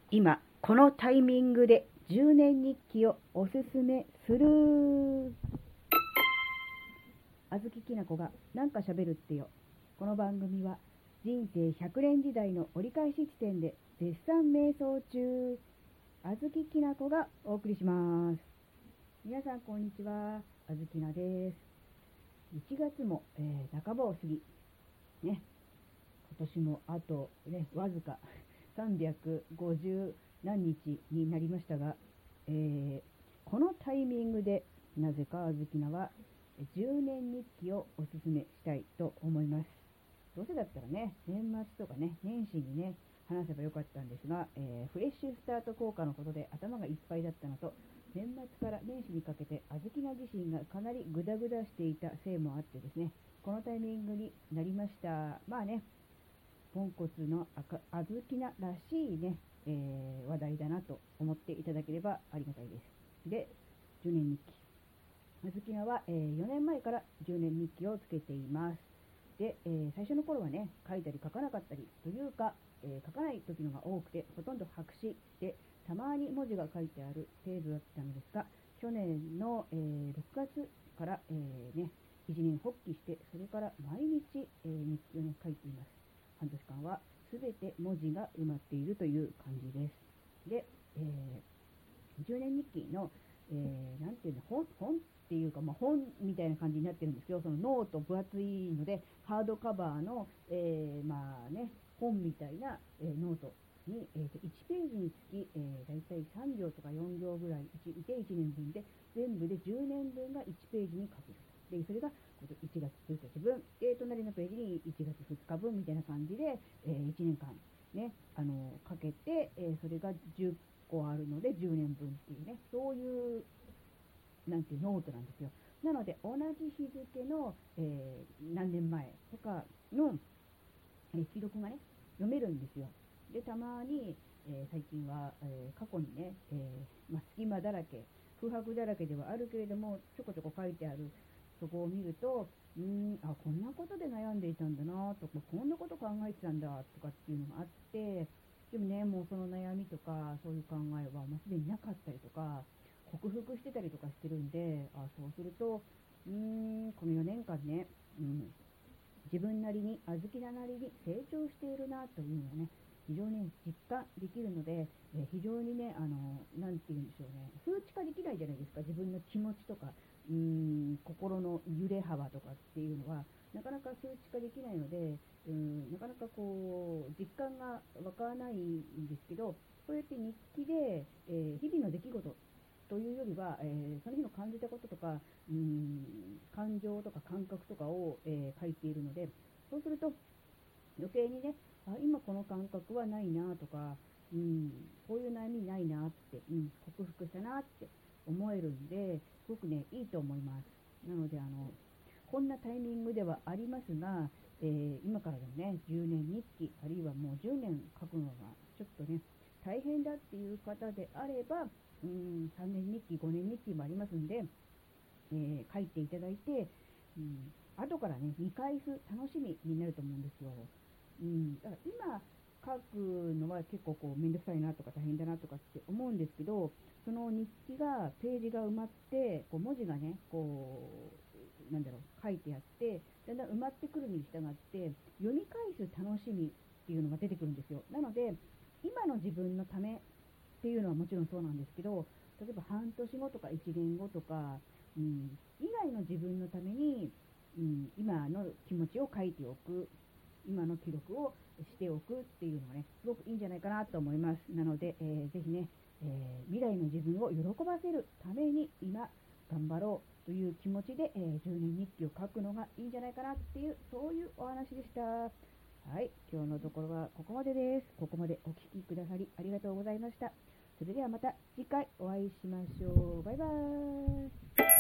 今このタイミングで10年日記をおすすめする。あずききなこがなんか喋るってよ。この番組は人生100年時代の折り返し地点で絶賛瞑想中、あずききなこがお送りします。皆さんこんにちは、あずきなです。1月も、半ばを過ぎね、今年もあとねわずか350何日になりましたが、このタイミングでなぜかあずきなは10年日記をおすすめしたいと思います。どうせだったらね、年末とかね、年始にね、話せばよかったんですが、フレッシュスタート効果のことで頭がいっぱいだったのと、年末から年始にかけてあずきな自身がかなりグダグダしていたせいもあってですね、このタイミングになりました。まあね、ポンコツのあずきならしいね、話題だなと思っていただければありがたいです。で、10年日記。あずきなは、4年前から10年日記をつけています。で、最初の頃はね、書いたり書かなかったりというか、書かない時のが多くて、ほとんど白紙で、たまに文字が書いてある程度だったのですが、去年の、6月から、ね、一年発起して、それから毎日、日記を、ね、書いています。半年間はすべて文字が埋まっているという感じです。で、10年日記の、なんていうの、本っていうか、本みたいな感じになってるんですけど、そのノート分厚いので、ハードカバーの、本みたいな、ノートに、1ページにつき、だいたい3行とか4行ぐらいいて1年分で、全部で10年分が1ページに書ける。で、それが1月1日分、隣のページに1月2日分みたいな感じで、1年間ね、かけて、それが10個あるので10年分っていうね、そういうなんていうノートなんですよ。なので同じ日付の、何年前とかの、記録がね読めるんですよ。でたまに、最近は、過去にね、隙間だらけ空白だらけではあるけれどもちょこちょこ書いてあるそこを見ると、こんなことで悩んでいたんだなとか、こんなこと考えてたんだとかっていうのがあって、でもね、もうその悩みとかそういう考えはもうすでになかったりとか克服してたりとかしてるんで、そうするとこの4年間ね、自分なりにあずきななりに成長しているなというのをね非常に実感できるので、非常にね、なんて言うんでしょうね、数値化できないじゃないですか、自分の気持ちとか心の揺れ幅とかっていうのはなかなか数値化できないので、なかなかこう実感が湧かないんですけど、こうやって日記で、日々の出来事というよりは、その日の感じたこととか、感情とか感覚とかを、書いているので、そうすると余計にね、今この感覚はないなとか、こういう悩みないなって、克服したなって思えるんで、すごくね、いいと思います。なので、こんなタイミングではありますが、今からでもね、10年日記、あるいはもう10年書くのがちょっとね、大変だっていう方であれば、3年日記、5年日記もありますんで、書いていただいて、後からね、見返す楽しみになると思うんですよ。だから今書くのは結構こうめんどくさいなとか大変だなとかって思うんですけど、その日記がページが埋まってこう文字がねこうなんだろう書いてあってだんだん埋まってくるに従って読み返す楽しみっていうのが出てくるんですよ。なので今の自分のためっていうのはもちろんそうなんですけど、例えば半年後とか1年後とか、以外の自分のために、今の気持ちを書いておく、今の記録をしておくっていうのがね、すごくいいんじゃないかなと思います。なので、ぜひね、未来の自分を喜ばせるために今頑張ろうという気持ちで、10年日記を書くのがいいんじゃないかなっていう、そういうお話でした。はい、今日のところはここまでです。ここまでお聞きくださりありがとうございました。それではまた次回お会いしましょう。バイバーイ。